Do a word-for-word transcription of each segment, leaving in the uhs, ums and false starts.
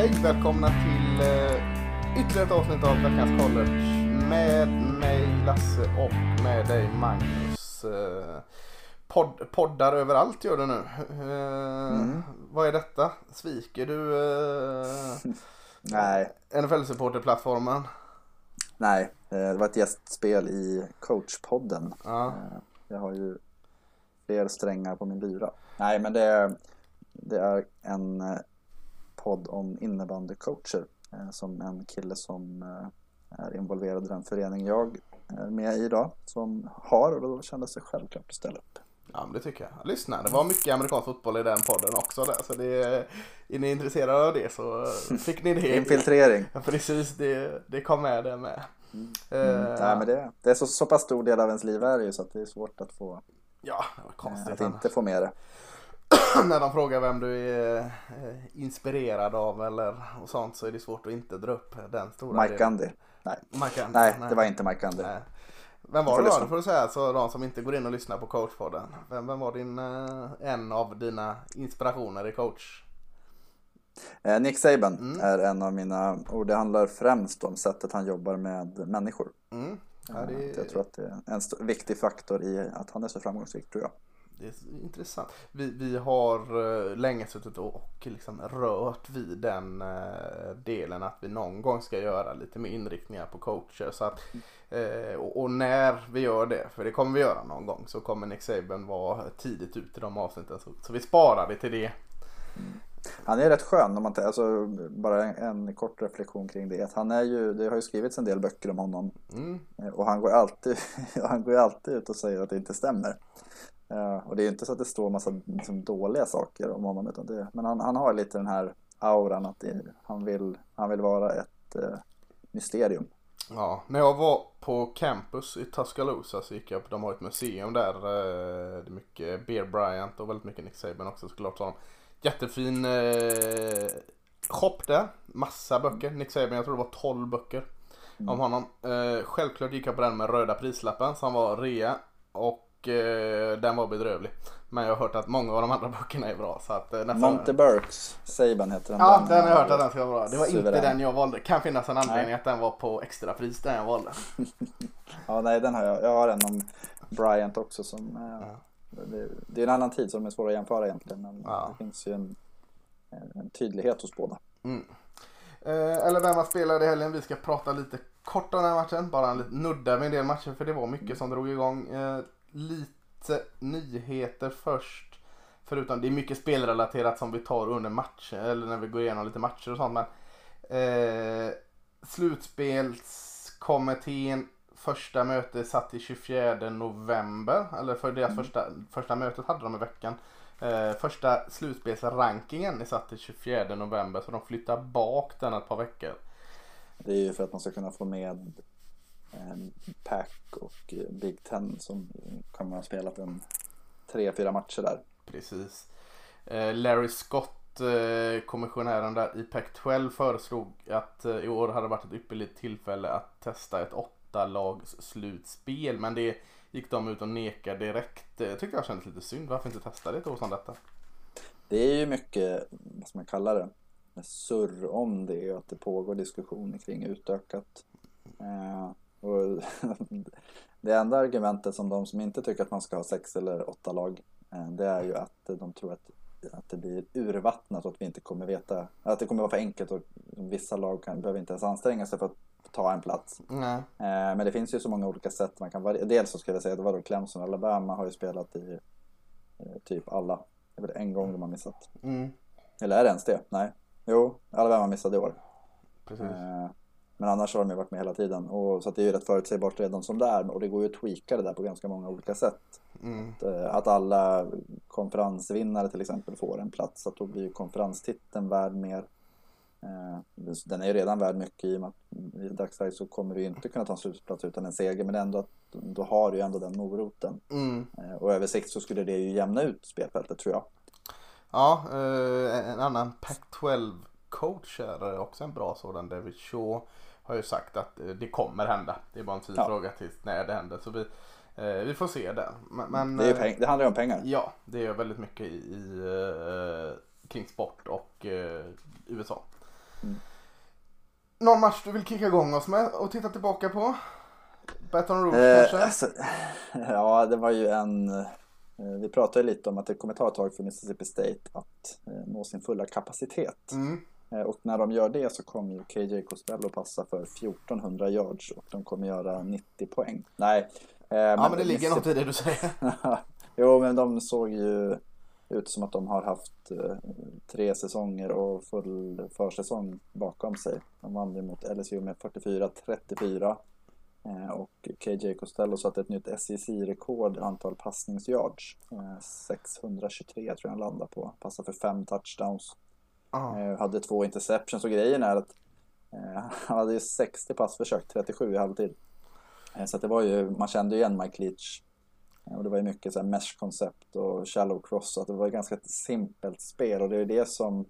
Hej, välkomna till uh, ytterligare ett avsnitt av Veckans College med mig Lasse och med dig Magnus. Uh, podd, poddar överallt gör du nu. Uh, mm. Vad är detta? Sviker du uh, Nej. N F L-supporterplattformen? Nej, det var ett gästspel i coachpodden. Ja. Jag har ju fler strängar på min lyra. Nej, men det är, det är en podd om innebandycoacher som en kille som är involverad i den förening jag är med i idag som har, och då kändes det självklart att ställa upp. Ja, men det tycker jag. Lyssna, det var mycket amerikansk fotboll i den podden också där, så det, är ni intresserade av det så fick ni det. Infiltrering. Ja, precis, det, det kom med det med. Mm. Mm. Uh, Nej, men det, det är så, så pass stor del av ens liv är det ju, så att det är svårt att få ja, det var konstigt, att inte få med det. När de frågar vem du är eh, inspirerad av eller och sånt, så är det svårt att inte dra upp den stora. Mike Gundy. Nej. Mike Gundy. Nej, nej, det var inte Mike Gundy. Nej. Vem var det då? Det får du säga, så de som inte går in och lyssnar på coachpodden. Vem, vem var din, eh, en av dina inspirationer i coach? Eh, Nick Saban mm. är är en av mina, och det handlar främst om sättet han jobbar med människor. Mm. Ja, det... Jag tror att det är en st- viktig faktor i att han är så framgångsrik, tror jag. Det är intressant. Vi, vi har uh, länge suttit och, och liksom rört vid den uh, delen att vi någon gång ska göra lite mer inriktningar på coacher. Så att, uh, och, och när vi gör det, för det kommer vi göra någon gång, så kommer Nick Saban vara tidigt ut i de avsnitten. Så, så vi sparar det till det. Mm. Han är rätt skön om man tar, alltså, bara en, en kort reflektion kring det. Att han är ju, det har ju skrivits en del böcker om honom. Mm. Och han går alltid han går alltid ut och säger att det inte stämmer. Uh, och det är ju inte så att det står en massa liksom, dåliga saker om honom, utan det, men han, han har lite den här auran att det, han, vill, han vill vara ett uh, mysterium. Ja, när jag var på campus i Tuscaloosa så gick jag på, de har ett museum där, uh, det är mycket Bear Bryant och väldigt mycket Nick Saban också såklart. Så jättefin uh, shop där, massa böcker. Nick Saban, jag tror det var tolv böcker mm. om honom. Uh, självklart gick jag på den med röda prislappen som var rea, och den var bedrövlig. Men jag har hört att många av de andra böckerna är bra, så att nästan... Monte Burks Saban heter den. Ja, den, den har jag hört att den ska vara bra. Det var suverän. Inte den jag valde. Kan finnas en anledning nej. Att den var på extrapris den jag valde. Ja, nej, den har jag. Jag har en om Bryant också som ja. det, det är en annan tid som är svår att jämföra egentligen, men ja. Det finns ju en, en tydlighet hos båda. Mm. Eh, eller vem man spelade i helgen. Vi ska prata lite kort om den här matchen, bara en liten nudda med en del matcher, för det var mycket som drog igång. Eh, lite nyheter först, förutom det är mycket spelrelaterat som vi tar under matcher eller när vi går igenom lite matcher och sånt, men eh, slutspelskommittén första möte satt i tjugofjärde november, eller för deras mm. första, första mötet hade de i veckan. Eh, första slutspelsrankingen är satt i tjugofjärde november, så de flyttar bak den ett par veckor. Det är ju för att man ska kunna få med Pac och Big Ten som kommer ha spelat en tre, fyra matcher där. Precis. Larry Scott, kommissionären där i Pac tolv, föreslog att i år hade varit ett ypperligt tillfälle att testa ett åtta lags slutspel, men det gick de ut och nekade direkt. Jag tyckte jag kändes lite synd. Varför inte testa det ett år som detta? Det är ju mycket, vad ska man kalla det, surr om det, och att det pågår diskussioner kring utökat. Eh, och det enda argumentet som de som inte tycker att man ska ha sex eller åtta lag, eh, det är ju att de tror att, att det blir urvattnat och att vi inte kommer veta, att det kommer vara för enkelt och vissa lag kan, behöver inte ens anstränga sig för att ta en plats. Mm. Eh, men det finns ju så många olika sätt man kan variera. Dels så ska jag säga att det var då Clemson och Alabama har ju spelat i eh, typ alla. Det är väl en gång de har missat. Mm. Eller är det ens det? Nej. Jo, Alabama missade i år. Precis. Eh, men annars har de ju varit med hela tiden. Och, så att det är ju rätt förutsägbart redan som det är. Och det går ju att tweaka det där på ganska många olika sätt. Mm. Att, eh, att alla konferensvinnare till exempel får en plats. Så att då blir ju konferenstiteln värd mer. Eh, den är ju redan värd mycket i och med att i dagsläget så kommer du inte kunna ta en slutplats utan en seger. Men ändå att, då har du ju ändå den moroten. Mm. Eh, och över sikt så skulle det ju jämna ut spelfältet, tror jag. Ja, eh, en annan Pac tolv coach är också en bra sådan. David Shaw har ju sagt att det kommer hända. Det är bara en tidsfråga ja. tills när det händer. Så vi, eh, vi får se det. Men, det, är peng- det handlar ju om pengar. Ja, det är väldigt mycket i, i eh, kring sport och eh, U S A. Mm. Någon match du vill kicka igång oss med och titta tillbaka på? Baton Rouge Eh, kanske? alltså, ja, det var ju en... eh, Vi pratade lite om att det kommer ta ett tag för Mississippi State att eh, nå sin fulla kapacitet. Mm. Eh, och när de gör det så kommer ju K J Costello passa för fjortonhundra yards och de kommer göra nittio poäng. Nej. Eh, Ja, men det ligger något i det du säger. Jo, men de såg ju ut som att de har haft eh, tre säsonger och full försäsong bakom sig. De vann ju mot L S U med fyrtiofyra trettiofyra. Eh, och K J Costello satte ett nytt S E C-rekord antal passningsyards. Eh, sexhundratjugotre tror jag han landade på. Passade för fem touchdowns. Ah. Eh, hade två interceptions och grejen är att eh, han hade ju sextio passförsök, trettiosju i halvtid. Eh, så att det var ju, man kände ju igen Mike Leach. Eh, och det var ju mycket så här mesh-koncept och shallow cross. Så att det var ett ganska simpelt spel och det är det som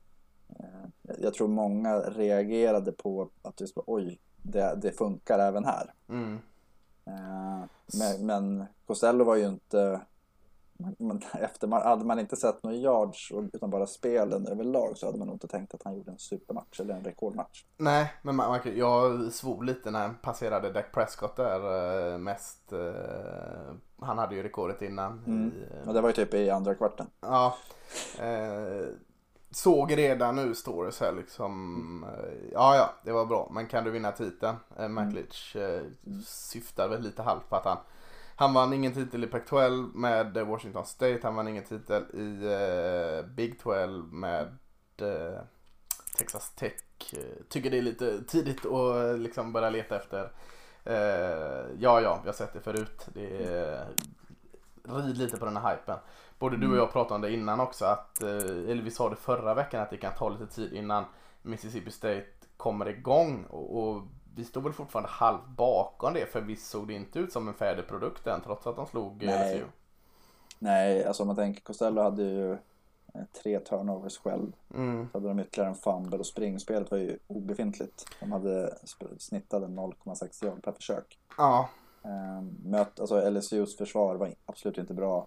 eh, jag tror många reagerade på att just, oj, det, det funkar även här. Mm. Eh, men, men Costello var ju inte man, man, efter man, hade man inte sett några yards utan bara spelen överlag så hade man nog inte tänkt att han gjorde en supermatch eller en rekordmatch. Nej, men man, man, jag svor lite när han passerade Dak Prescott där mest. Eh, han hade ju rekordet innan. Mm. I, och det var ju typ i andra kvarten. Ja. Eh, såg redan nu står det så här liksom. Eh, ja, ja, det var bra. Men kan du vinna titeln? Eh, Mike Leach eh, syftar väl lite halvt på att han Han vann ingen titel i Pac tolv med Washington State. Han vann ingen titel i eh, Big tolv med eh, Texas Tech. Tycker det är lite tidigt att liksom börja leta efter. Eh, ja, ja, vi har sett det förut. Det är, rid lite på den här hypen. Både du och jag pratade om det innan också. Att, eh, eller vi sa det förra veckan att det kan ta lite tid innan Mississippi State kommer igång. Och, och vi stod väl fortfarande halvt bakom det, för vi såg det inte ut som en färdig produkt än, trots att de slog L S U. Nej, alltså om man tänker, Costello hade ju tre turnovers själv. Mm. Så hade de ytterligare en fumble och springspelet var ju obefintligt. De hade snittade noll komma sex yard per försök. Ja. Möt, alltså L S U:s försvar var absolut inte bra.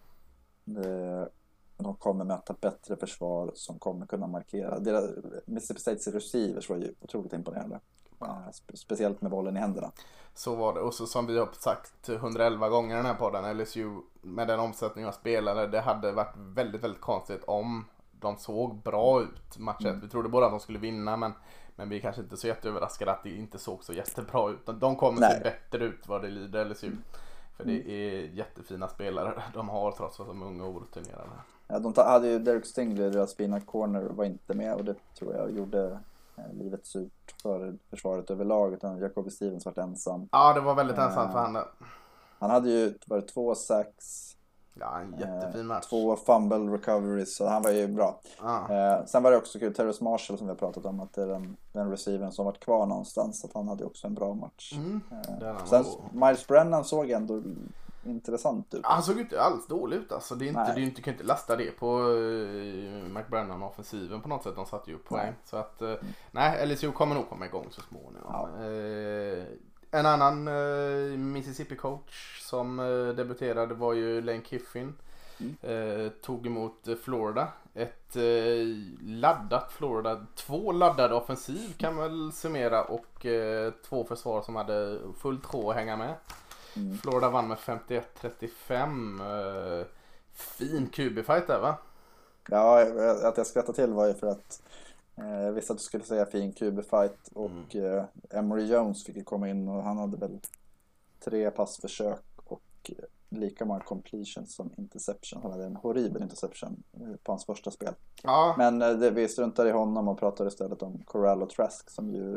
De kommer möta bättre försvar som kommer kunna markera. Deras, Mississippi States receivers var ju otroligt imponerande. Speciellt med bollen i händerna. Så var det. Och så som vi har sagt hundraelva gånger den här podden, L S U med den omsättningen av spelare, det hade varit väldigt, väldigt konstigt om de såg bra ut matchen. Mm. Vi trodde båda att de skulle vinna, men, men vi är kanske inte så jätteöverraskade att det inte såg så jättebra ut. De kommer Nej. se bättre ut vad det lider, L S U. För det är jättefina spelare de har, trots att de är unga och orutinerade. Ja, de hade ju Derek Stingley, deras fina corner, var inte med, och det tror jag gjorde livet surt för försvaret överlag, utan Jacoby Stevens var ensam. Ja, det var väldigt ensamt för han. Han hade ju varit två sacks. Ja, en jättefin match. Två fumble recoveries, så han var ju bra. Ah. Eh, sen var det också kul, Terrace Marshall som vi har pratat om, att det är den, den receivern som varit kvar någonstans, att han hade också en bra match. Mm. Eh, sen Miles Brennan såg ändå intressant ut. Han såg inte alls dålig ut alltså. Det är inte, det är inte, kan inte lasta det på uh, McBrennan offensiven på något sätt. De satte ju upp poäng. Nej. Så att, uh, mm. nej, L S U kommer nog komma igång så småningom. Ja. Uh, en annan uh, Mississippi coach som uh, debuterade var ju Lane Kiffin. Mm. Uh, tog emot uh, Florida. Ett uh, laddat Florida. Två laddade offensiv kan man väl summera. Och uh, två försvar som hade fullt sjå att hänga med. Mm. Florida vann med femtioett trettiofem. Uh, fin Q B-fight där, va? Ja, att jag skrattade till var ju för att eh, jag visste att du skulle säga fin Q B-fight. Och mm. eh, Emory Jones fick komma in och han hade väl tre passförsök och eh, lika många completions som interception. Han hade en horribel interception eh, på hans första spel. Ja. Men eh, det, vi struntar i honom och pratar istället om Corral och Trask som ju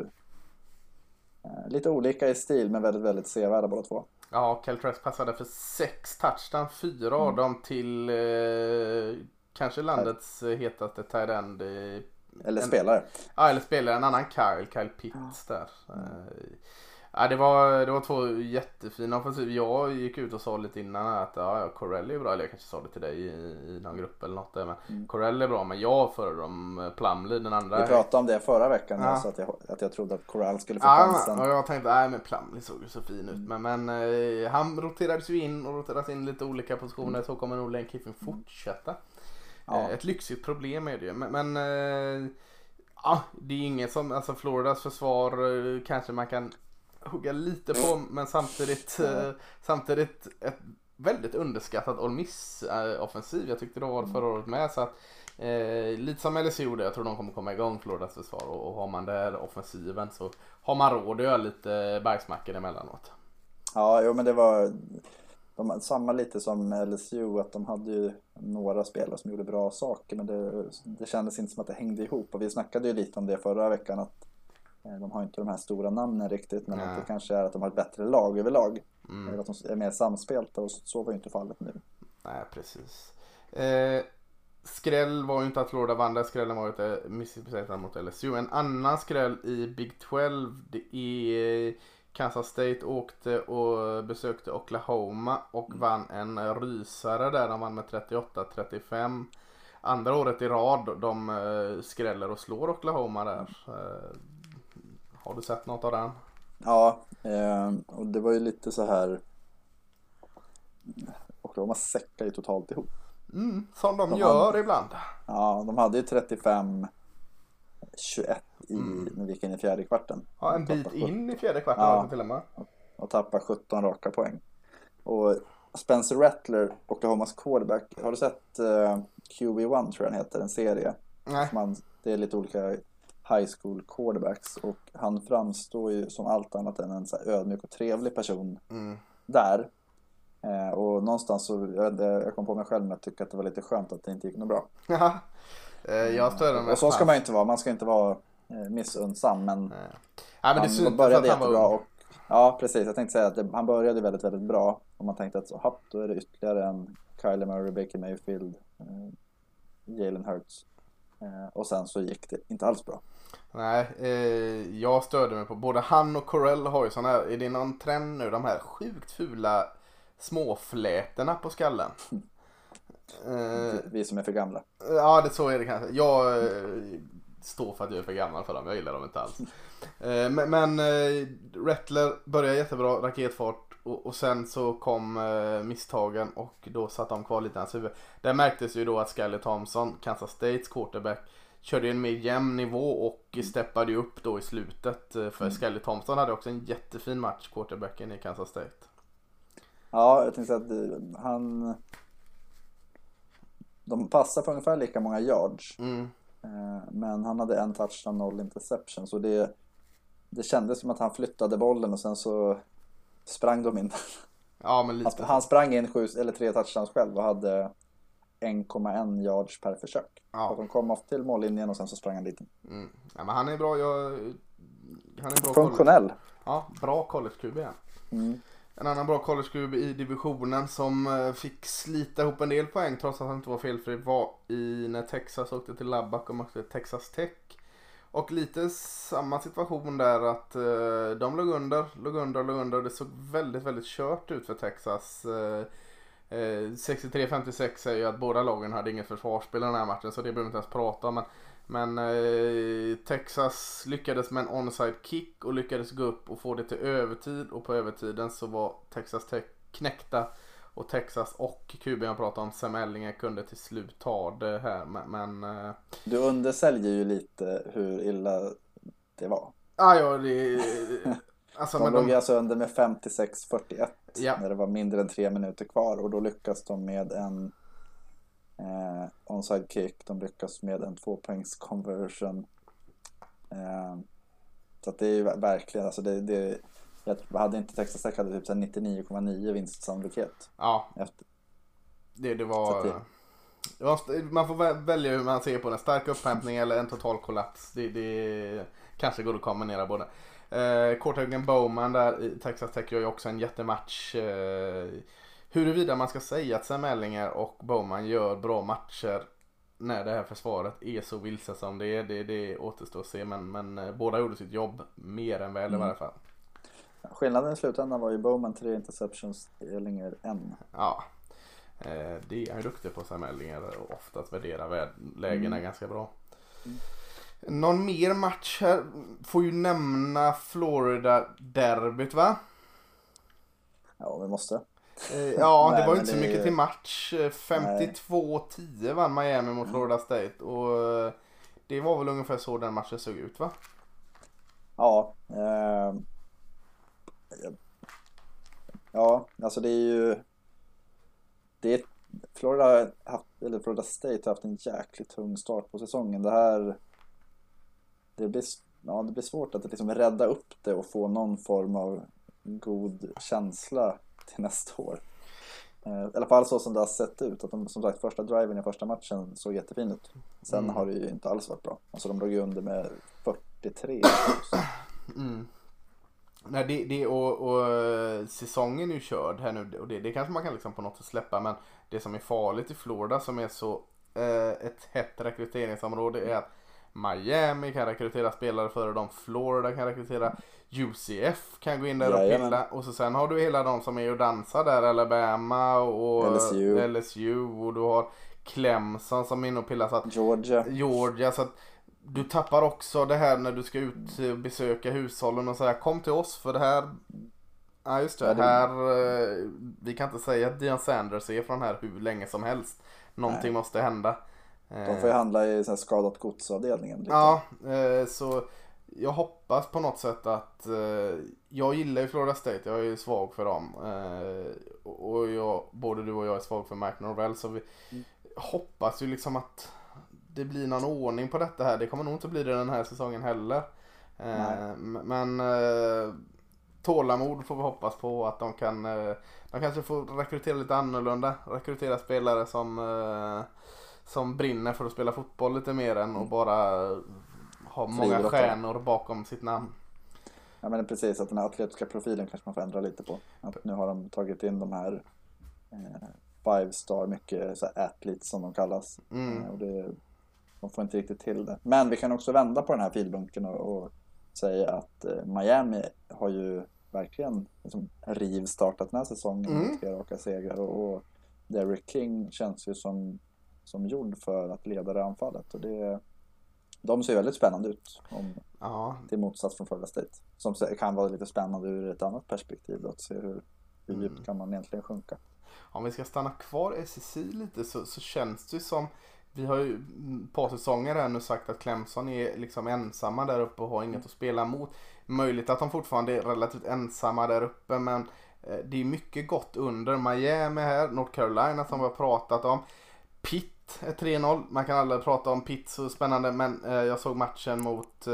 eh, lite olika i stil men väldigt, väldigt sevärda båda två. Ja, Kel Trask passade för sex touchdown, fyra mm. av dem till eh, kanske landets eh, hetaste tight end. Eh, eller en, spelare. Ja, eller spelare. En annan Kyle, Kyle Pitts där. Mm. Eh, ja, det var, det var två jättefina offensiv. Jag gick ut och sa lite innan att ja, ja, Corell är bra. Eller jag kanske sa det till dig i, i någon grupp eller något där. Men mm. Corell är bra, men jag föredrar dem Plumlee, den andra. Vi pratade om det förra veckan. Ja. Så att, jag, att jag trodde att Corell skulle få ja, chansen. Och jag tänkte, nej men Plumlee såg ju så fin ut. Men, men eh, han roterades ju in och roterades in lite olika positioner. Mm. Så kommer nog Lane Kiffin fortsätta. Ja. Eh, ett lyxigt problem är det ju. Men, men eh, Ja, det är inget som, alltså Floridas försvar eh, kanske man kan hugga lite på, men samtidigt eh, samtidigt ett väldigt underskattat Ole Miss eh, offensiv. Jag tyckte det var förra året med, så att eh, lite som L S U gjorde, jag tror de kommer komma igång Floridas försvar, och, och har man där offensiven så har man råd att göra lite bajsmackor emellanåt. Ja, jo, men det var de, samma lite som L S U, att de hade ju några spelare som gjorde bra saker, men det, det kändes inte som att det hängde ihop, och vi snackade ju lite om det förra veckan, att eh, de har inte de här stora namnen riktigt, men Nej. att det kanske är att de har ett bättre lag överlag, Mm. eller att de är mer samspelta, och så var ju inte fallet nu. Nej, precis. Eh, skräll var ju inte att Florida vann där, skrällen var ju att Mississippi State mot L S U. En annan skräll i Big tolv, det är Kansas State åkte och besökte Oklahoma och mm. vann en rysare där. De vann med trettioåtta trettiofem. Andra året i rad de uh, skräller och slår Oklahoma där. Uh, har du sett något av den? Ja, eh, och det var ju lite så här, Oklahoma säckar ju totalt ihop. Mm, som de, de gör hade, ibland. Ja, de hade ju trettiofem tjugoett i, mm. när vi gick in i fjärde kvarten. Ja, en bit in i fjärde kvarten. Ja, till och med. Och, och tappade sjutton raka poäng. Och Spencer Rattler, Oklahomas quarterback, har du sett uh, Q B ett, tror jag den heter, en serie? Nej. Man, det är lite olika high school quarterbacks, och han framstår ju som allt annat än en så här ödmjuk och trevlig person mm. där. Eh, och någonstans så, jag, jag kom på mig själv med att tycka att det var lite skönt att det inte gick något bra. Ja, eh, jag stöder med. Och så ska man ju inte vara, man ska inte vara eh, missundsam, men, Nej. Ja, men det han började jättebra. Och, ja, precis, jag tänkte säga att det, han började väldigt, väldigt bra, och man tänkte att så, hopp, då är det ytterligare en Kyler Murray, Baker Mayfield, eh, Jalen Hurts. Eh, och sen så gick det inte alls bra. Nej, eh, jag stödde mig på både han och Corell har ju sån här, är det någon trend nu, de här sjukt fula småflätorna på skallen? Eh, Vi som är för gamla. Ja, det så är det kanske. Jag eh, står för att jag är för gammal för dem, jag gillar dem inte alls. Eh, men men eh, Rattler började jättebra, raketfart, och, och sen så kom eh, misstagen, och då satt de kvar lite i hans huvud. Där märktes ju då att Skyler Thompson, Kansas States quarterback, körde en mer jämn nivå och steppade upp då i slutet. För mm. Skyler Thompson hade också en jättefin match, quarterbacken i Kansas State. Ja, jag tänkte att han... De passar på ungefär lika många yards. Mm. Men han hade en touchdown, noll interception. Så det, det kändes som att han flyttade bollen och sen så sprang de in. Ja, men lite. Han, han sprang in sju eller tre touchdowns själv och hade en komma ett yards per försök. Ja. De kom off till mållinjen och sen så sprang han dit. Mm. Ja, men han är bra. Jag, han är bra funktionell. College. Ja, bra college-Q B. Mm. En annan bra college-Q B i divisionen som fick slita ihop en del poäng trots att han inte var felfri var i när Texas åkte till Lubbock och mötte Texas Tech. Och lite samma situation där, att uh, de låg under, låg under, låg under. Det såg väldigt, väldigt kört ut för Texas. Uh, uh, sextiotre femtiosex är ju att båda lagen hade inget försvarsspel i den här matchen, så det behöver vi inte ens prata om. Men, men uh, Texas lyckades med en onside kick och lyckades gå upp och få det till övertid. Och på övertiden så var Texas Tech knäckta. Och Texas och Q B jag pratade om, Sam Ellinger, kunde till slut ta det här. Men, men uh... du undersäljer ju lite hur illa det var. Ah, ja, det... Alltså, de men låg de... alltså under med femtiosex fyrtioett ja. när det var mindre än tre minuter kvar. Och då lyckas de med en eh, onside kick. De lyckas med en tvåpoängs conversion. Eh, så att det är ju verkligen... Alltså det, det, jag hade inte Texas Tech hade typ nittionio komma nio vinstsannolikhet. Ja. Efter. Det, det var... Det... Ja, man får välja hur man ser på den. Stark upphämtning eller en total kollaps. Det, det kanske går att kombinera båda. Eh, Korthögen Bowman där i Texas Tech gör ju också en jättematch. Eh, huruvida man ska säga att Sam Ellinger och Bowman gör bra matcher när det här försvaret är så vilse som det är, det, det återstår att se. Men, men eh, båda gjorde sitt jobb mer än väl mm. i varje fall. Skillnaden i slutändan var ju Bowman tre interceptions, Ellinger en. Ja, eh, det är han duktig på, Sam Ellinger, och oftast värderar lägena mm. ganska bra. Mm. Någon mer match här? Får ju nämna Florida-derbyt, va? Ja, vi måste. Eh, ja, Nej, det var ju inte så mycket till match. femtiotvå tio vann Miami mot Florida State. Och det var väl ungefär så den matchen såg ut, va? Ja. Eh, ja, alltså det är ju... Det är, Florida, har haft, eller Florida State har haft en jäkligt tung start på säsongen. Det här... Det blir, ja, det blir svårt att liksom rädda upp det och få någon form av god känsla till nästa år. Eh, I alla fall så som det har sett ut. Att de, som sagt, första driven i första matchen såg jättefin ut. Sen mm. har det ju inte alls varit bra. Alltså de låg ju under med fyrtiotre. mm. Nej, det, det och, och säsongen är ju körd här nu. Och det, det kanske man kan liksom på något sätt släppa. Men det som är farligt i Florida, som är så eh, ett hett rekryteringsområde, är att Miami kan rekrytera spelare före dem. Florida kan rekrytera. U C F kan gå in där och pilla. Och så sen har du hela de som är och dansar där. Alabama och L S U, L S U och du har Clemson som är inne och pillar. Så att Georgia. Georgia, så att du tappar också det här när du ska ut och besöka hushållen och säga kom till oss för det här. Ja just det, ja, det... här vi kan inte säga att Deion Sanders är från här hur länge som helst. Någonting Nej. måste hända. De får ju handla i så här skadat godsavdelningen. Lite. Ja, så jag hoppas på något sätt att jag gillar ju Florida State, jag är ju svag för dem. Och jag, både du och jag är svag för Mike Norvell, så vi mm. hoppas ju liksom att det blir någon ordning på detta här. Det kommer nog inte bli det den här säsongen heller. Nej. Men tålamod får vi hoppas på att de kan, de kanske får rekrytera lite annorlunda, rekrytera spelare som som brinner för att spela fotboll lite mer än och bara ha många stjärnor bakom sitt namn. Ja men precis, att den här atletiska profilen kanske man får ändra lite på. Att nu har de tagit in de här eh, five star, mycket så här athletes som de kallas. Mm. Eh, och det, de får inte riktigt till det. Men vi kan också vända på den här filbunken och, och säga att eh, Miami har ju verkligen liksom, rivstartat den här säsongen mm. med tre raka segrar. Och, och Derek King känns ju som som gjord för att leda det anfallet. Och det, de ser väldigt spännande ut om, ja. till motsats från Florida State. Som kan vara lite spännande ur ett annat perspektiv då, att se hur, hur djupt mm. kan man egentligen sjunka. Om vi ska stanna kvar i S E C lite så, så känns det som, vi har ju på säsonger här nu sagt att Clemson är liksom ensamma där uppe och har inget att spela mot. Möjligt att de fortfarande är relativt ensamma där uppe, men eh, det är mycket gott under. Miami här, North Carolina som vi har pratat om. Pitt är tre noll. Man kan aldrig prata om Pitt så spännande, men eh, jag såg matchen mot eh,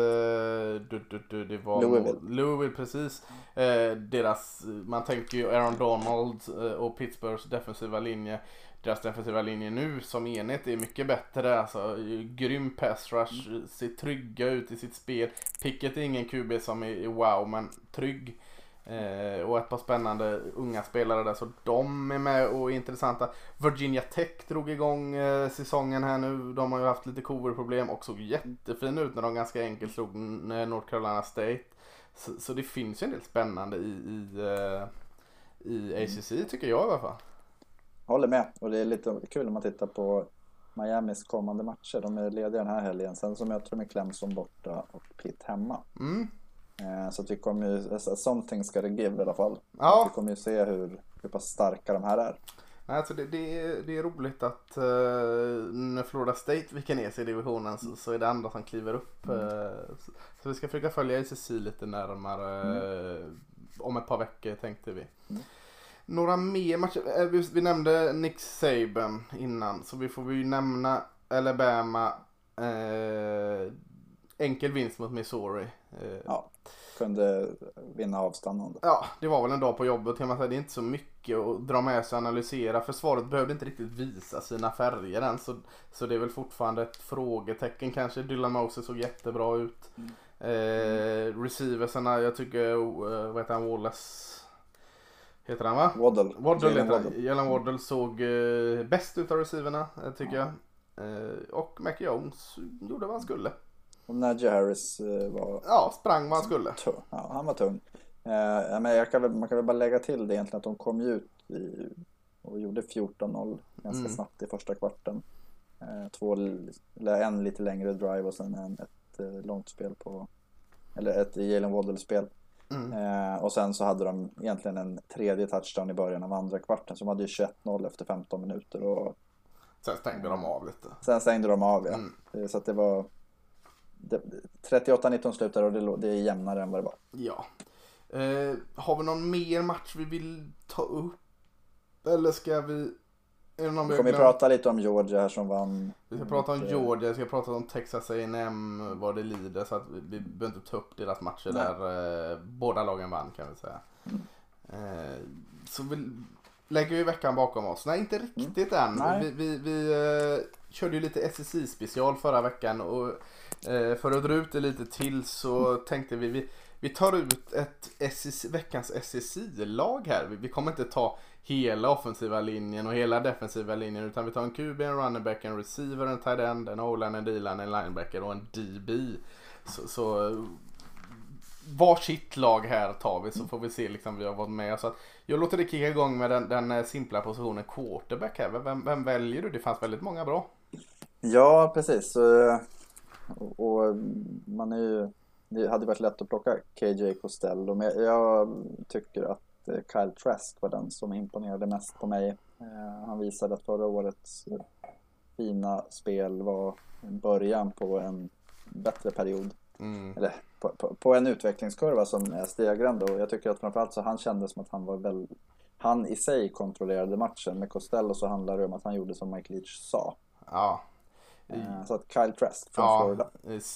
du, du, du, det var Louisville. Mot Louisville precis. Eh, deras, man tänker ju Aaron Donald eh, och Pittsburghs defensiva linje. Deras defensiva linje nu som enhet är mycket bättre. Alltså, grym pass rush, mm. ser trygga ut i sitt spel. Pickett är ingen Q B som är, är wow, men trygg. Eh, och ett par spännande unga spelare där, så de är med och är intressanta. Virginia Tech drog igång eh, säsongen här nu. De har ju haft lite coverproblem och såg jättefin ut när de ganska enkelt slog North Carolina State. Så, så det finns ju en del spännande i, i, uh, i A C C tycker jag i alla fall. Håller med, och det är lite kul om man tittar på Miamis kommande matcher. De är lediga den här helgen, sen så möter de med Clemson borta och Pitt hemma. Mm. Så att vi kommer ju, something ska det give i alla fall. Ja. Vi kommer ju se hur, hur pass starka de här är. Alltså det, det, är, det är roligt att uh, när Florida State viker ner sig i divisionen så, så är det andra som kliver upp. Mm. Uh, så, så vi ska försöka följa A C C lite närmare uh, mm. om ett par veckor tänkte vi. Mm. Några mer matcher, vi, vi nämnde Nick Saban innan, så vi får ju nämna Alabama, uh, enkel vinst mot Missouri. Uh, ja. Kunde vinna avståndande. Ja, det var väl en dag på jobbet kan man säga. Det är inte så mycket att dra med sig och analysera. Försvaret behövde inte riktigt visa sina färger än. Så, så det är väl fortfarande ett frågetecken kanske. Dylan Moses såg jättebra ut. Mm. Eh, receiversarna, jag tycker, eh, vad heter han, Wallace heter han va? Waddle. Waddle heter han. Jalen Waddle såg eh, bäst ut av receiverna tycker ja. jag. Eh, och Mac Jones gjorde vad han skulle. Och Najee Harris var... Ja, sprang vad han skulle. Tung. Ja, han var tung. Eh, men jag kan väl, man kan väl bara lägga till det egentligen att de kom ut i, och gjorde fjorton noll ganska mm. snabbt i första kvarten. Eh, två, eller en lite längre drive och sen en, ett eh, långt spel på... Eller ett Jalen Waddle-spel. Mm. Eh, och sen så hade de egentligen en tredje touchdown i början av andra kvarten. Så de hade ju tjugoett noll efter femton minuter. Och, sen stängde de av lite. Sen stängde de av, ja. Mm. Så att det var... trettioåtta nitton slutar och det, det är jämnare än vad det var. Ja. Eh, har vi någon mer match vi vill ta upp? Eller ska vi... Är det någon vi kommer vi prata lite om Georgia här som vann. Vi ska prata om Georgia, vi ska prata om Texas A and M, vad det lider, så att vi, vi behöver inte ta upp deras matcher. Nej. Där eh, båda lagen vann, kan vi säga. Mm. Eh, så vi lägger vi veckan bakom oss. Nej, inte riktigt mm. än. Vi, vi, vi eh, körde ju lite S S I-special förra veckan och eh, för att dra ut det lite till så mm. tänkte vi, vi vi tar ut ett S S I, veckans S S I-lag här. Vi, vi kommer inte ta hela offensiva linjen och hela defensiva linjen, utan vi tar en Q B, en running back, en receiver, en tight end, en O-line, en D-line, en linebacker och en D B. Så, så varsitt lag här tar vi, så får vi se liksom vi har varit med. Så att jag låter det kicka igång med den, den simpla positionen quarterback här. Vem, vem väljer du? Det fanns väldigt många bra. Ja, precis. Och, och man är ju, det hade varit lätt att plocka K J Costello, men jag tycker att Kyle Trask var den som imponerade mest på mig. Eh, han visade att förra årets fina spel var början på en bättre period. Mm. Eller på, på, på en utvecklingskurva som är stegrande, och jag tycker att framförallt så han kände som att han var väl, han i sig kontrollerade matchen. Med Costello så handlar det om att han gjorde som Mike Leach sa. Ja. Eh, så att Kyle Trask från ja, Florida.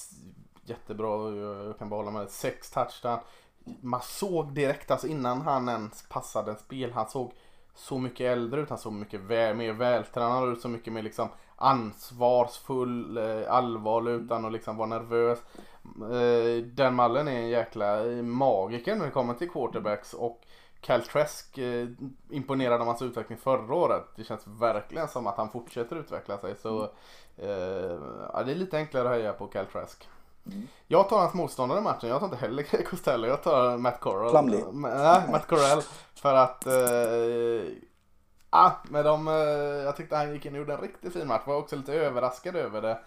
Jättebra, jag kan bara hålla med. Sex touchdown. Man såg direkt, alltså innan han ens passade en spel, han såg så mycket äldre ut, han såg mycket väl, mer vältränad ut, så mycket mer liksom ansvarsfull, eh, allvarlig utan att liksom vara nervös. Eh, den mallen är en jäkla magiker när det kommer till quarterbacks, och Kyle Trask eh, imponerade om hans utveckling förra året. Det känns verkligen som att han fortsätter utveckla sig, så eh, ja, det är lite enklare att höja på Kyle Trask. Mm. Jag tar hans motståndare i matchen. Jag tar inte heller Costello. Jag tar Matt Corral. Plumlee. Nej, Matt Corral. För att eh, ah, med dem, eh, jag tyckte han gick in och gjorde en riktigt fin match. Var också lite överraskad över det.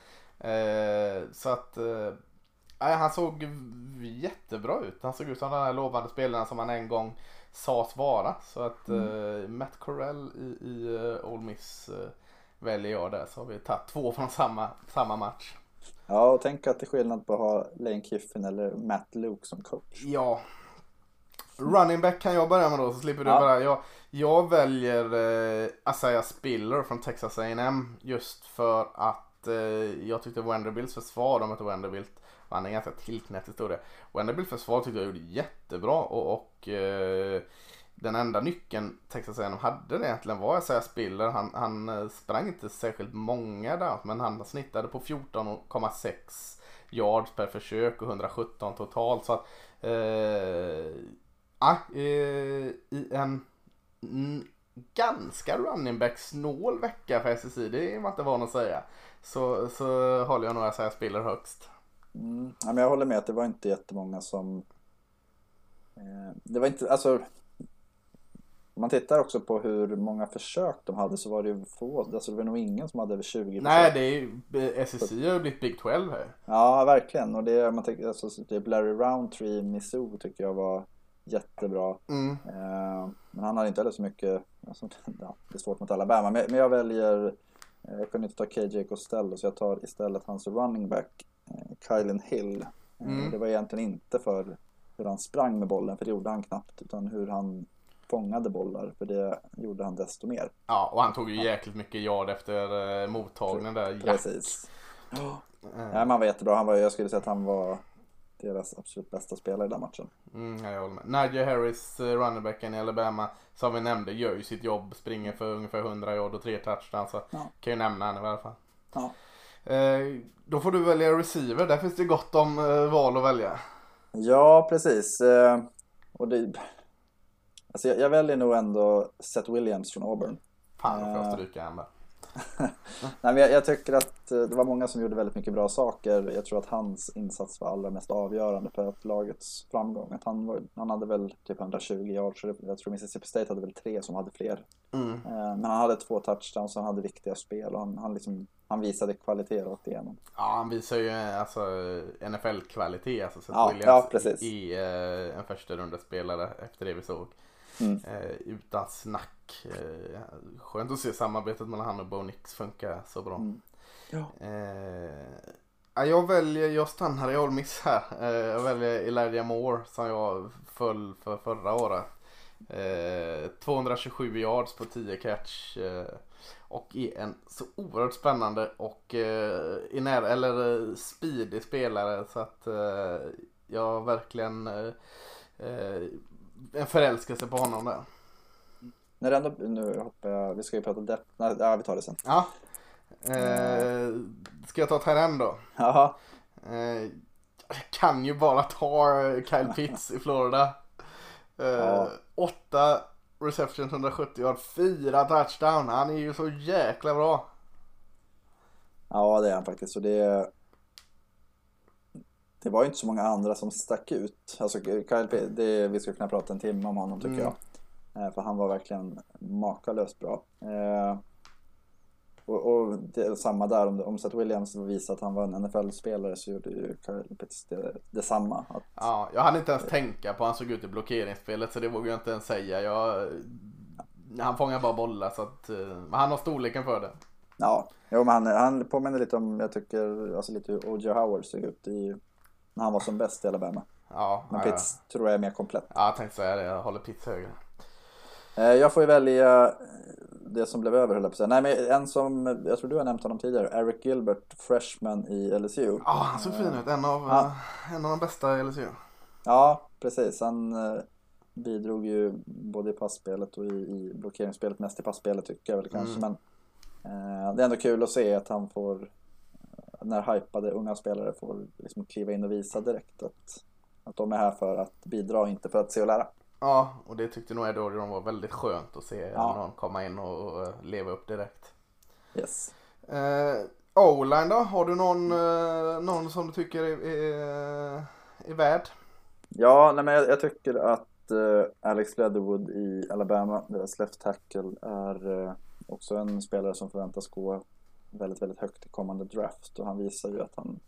Eh, så att eh, han såg jättebra ut. Han såg ut som den här lovande spelaren som han en gång sades vara. Så att mm. eh, Matt Corral i, i uh, Ole Miss eh, väljer jag där. Så har vi tagit två från samma, samma match. Ja, och tänk att det är skillnad på att ha Lane Kiffin eller Matt Luke som coach. Ja. Running back kan jag börja med då, så slipper du ja. bara. Jag, jag väljer eh, Isaiah Spiller från Texas A and M just för att eh, jag tyckte Vanderbilts försvar, de heter Vanderbilt, var en ganska tillknäppt historia. Vanderbilts försvar tyckte jag gjorde jättebra, och, och eh, den enda nyckeln Texas A and M hade egentligen var Isaiah Spiller. Han, han sprang inte särskilt många där, men han snittade på fjorton komma sex yards per försök och hundrasjutton totalt. Så att eh, ah, eh, i en n- ganska running back snål vecka för S S I, det är man inte van att säga, så, så håller jag nog Isaiah Spiller högst. Mm. Ja, men jag håller med att det var inte jättemånga som eh, det var inte, alltså om man tittar också på hur många försök de hade, så var det ju få, alltså det var nog ingen som hade över tjugo Nej, försök. det är ju, S S I har ju blivit Big tolv här. Ja, verkligen. Och det, man tänker, alltså, det Larry Roundtree i Mizzou tycker jag var jättebra. Mm. Eh, men han hade inte heller så mycket, alltså, ja, det är svårt mot Alabama. Men, men jag väljer, eh, jag kunde inte ta K J Costello, så jag tar istället hans running back, eh, Kylen Hill. Eh, mm. Det var egentligen inte för hur han sprang med bollen, för det gjorde han knappt, utan hur han fångade bollar, för det gjorde han desto mer. Ja, och han tog ju jäkligt mycket yard efter eh, mottagningen där. Precis. Oh. Mm. Ja, man var jättebra. Han var, jag skulle säga att han var deras absolut bästa spelare i den matchen. Mm, jag håller med. Najee Harris, runnerbacken i Alabama, som vi nämnde, gör ju sitt jobb, springer för ungefär hundra yard och tre touchdowns, så ja. Kan ju nämna han i alla fall. Ja. Eh, då får du välja receiver. Där finns det gott om eh, val att välja. Ja, precis. Eh, och det... Alltså jag, jag väljer nog ändå Seth Williams från Auburn. Fan, då får jag stryka han där. Nej, men jag, jag tycker att det var många som gjorde väldigt mycket bra saker. Jag tror att hans insats var allra mest avgörande för att lagets framgång. Att han, var, han hade väl typ hundratjugo yards. Jag tror Mississippi State hade väl tre som hade fler. Mm. Men han hade två touchdowns, han hade viktiga spel. Och han, han, liksom, han visade kvalitet rakt igenom. Ja, han visar ju alltså N F L-kvalitet. Alltså, Seth ja, Williams ja, precis. i eh, en första runda spelare efter det vi såg. Mm. Eh, utan snack. Eh, skönt att se samarbetet mellan han och Bo Nix funka så bra. Mm. Ja. Eh, Ja, jag väljer, jag stannar i Ole Miss här. Eh, jag väljer Elijah Moore som jag föll för förra året. Eh, tvåhundratjugosju yards på tio catch. Eh, och är en så oerhört spännande och eh, i när, eller eh, speedig spelare. Så att eh, jag verkligen eh, eh, en förälskelse på honom där. När ändå, nu hoppar jag, vi ska ju prata depth. Nej, ja, vi tar det sen. Ja. Eh, ska jag ta Tyrend då? Jaha. Eh, jag kan ju bara ta Kyle Pitts i Florida. Eh, Ja. åtta reception, hundrasjuttio yard, fyra touchdown. Han är ju så jäkla bra. Ja, det är han faktiskt. Och det, det var ju inte så många andra som stack ut. Alltså Kyle Pitts, det, vi ska kunna prata en timme om honom tycker Mm. jag. Eh, för han var verkligen makalöst bra. Eh, och och det är samma där, om, om Seth Williams visade att han var en N F L-spelare så gjorde ju Kyle Pitts det, detsamma. Att, Ja, jag hade inte ens tänka på han såg ut i blockeringsspelet så det vågar jag inte ens säga. Jag, han fångar bara bollar så att men han har storleken för det. ja, jo, men han, han påminner lite om, jag tycker, alltså lite hur O J Howard såg ut i, när han var som bäst i Alabama. Ja, Men ja, Pitts tror jag är mer komplett. ja, jag tänkte säga det. Jag håller Pitts högre. Eh, Jag får ju välja det som blev över, höll jag på att säga. Nej, men en som, jag tror du har nämnt honom tidigare, Eric Gilbert, freshman i L S U. Ja, han såg fin ut. En av, Ja. en av de bästa i L S U. Ja, precis. Han eh, bidrog ju både i passspelet och i, i blockeringsspelet, mest i passspelet tycker jag väl kanske. Mm. Men eh, det är ändå kul att se att han får, när hypade unga spelare får liksom kliva in och visa direkt att, att de är här för att bidra, inte för att se och lära. Ja, och det tyckte nog Ed Orgeron var väldigt skönt att se Ja. någon komma in och leva upp direkt. Yes. Eh, O-line då? Har du någon, eh, någon som du tycker är, är, är värd? Ja, nej, men jag, jag tycker att eh, Alex Leatherwood i Alabama, deras left tackle, är eh, också en spelare som förväntas gå väldigt, väldigt högt i kommande draft. Och han visar ju att han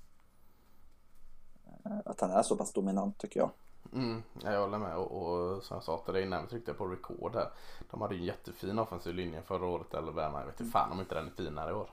eh, att han är så pass dominant tycker jag. Mm, jag håller med och, och som jag sa till dig innan vi tryckte på record här. De hade ju en jättefin offensiv linje förra året i Alabama. Jag vet inte fan om inte den är finare i år.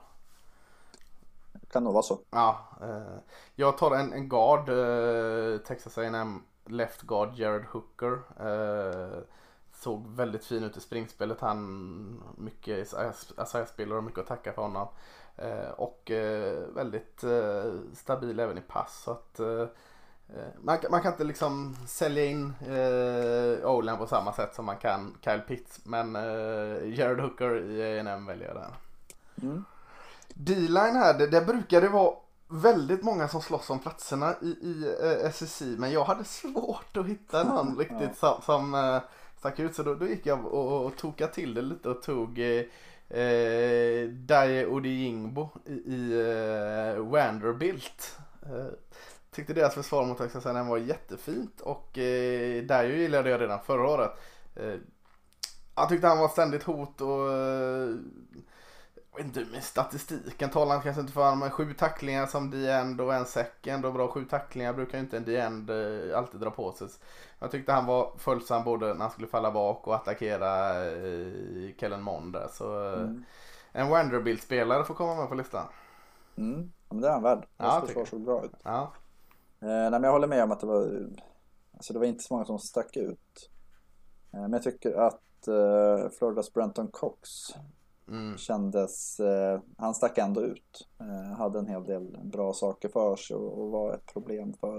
Det kan nog vara så. Ja, eh, jag tar en, en guard, eh, Texas A and M left guard Jared Hooker. Eh, såg väldigt fin ut i springspelet. Han mycket Isaiah-spelare och mycket att tacka för honom. Eh, och eh, väldigt eh, stabil även i pass. Så att eh, man, man kan inte liksom sälja in eh, O-line på samma sätt som man kan Kyle Pitts. Men eh, Jared Hooker i A and M väljer jag där. Mm. D-line här, det, det brukar det vara väldigt många som slåss om platserna i, i eh, S S C, men jag hade svårt att hitta någon riktigt som, som eh, stack ut, så då, då gick jag och, och tokade till det lite och tog eh, eh, Daye Odeyingbo i, i eh, Vanderbilt. Eh, tyckte deras försvar mot Texas A and M var jättefint och eh, Daye gillade jag redan förra året. Eh, jag tyckte han var ständigt hot och eh, inte med statistiken talar han kanske inte för, med sju tacklingar som D-end och en säck, ändå bra. Sju tacklingar brukar ju inte en D-end eh, alltid dra på sig. Jag tyckte han var följsam både när han skulle falla bak och attackera eh, Kellen Mond där. Så eh, Mm. en Vanderbilt-spelare får komma med på listan. Mm. Ja, men det är han värd. Ja, Hans tycker försvar jag. såg bra ut. Ja. Eh, nej, men jag håller med om att det var, alltså det var inte så många som stack ut. Eh, men jag tycker att eh, Floridas Brenton Cox Mm. kändes, eh, han stack ändå ut. Eh, hade en hel del bra saker för sig och, och var ett problem för,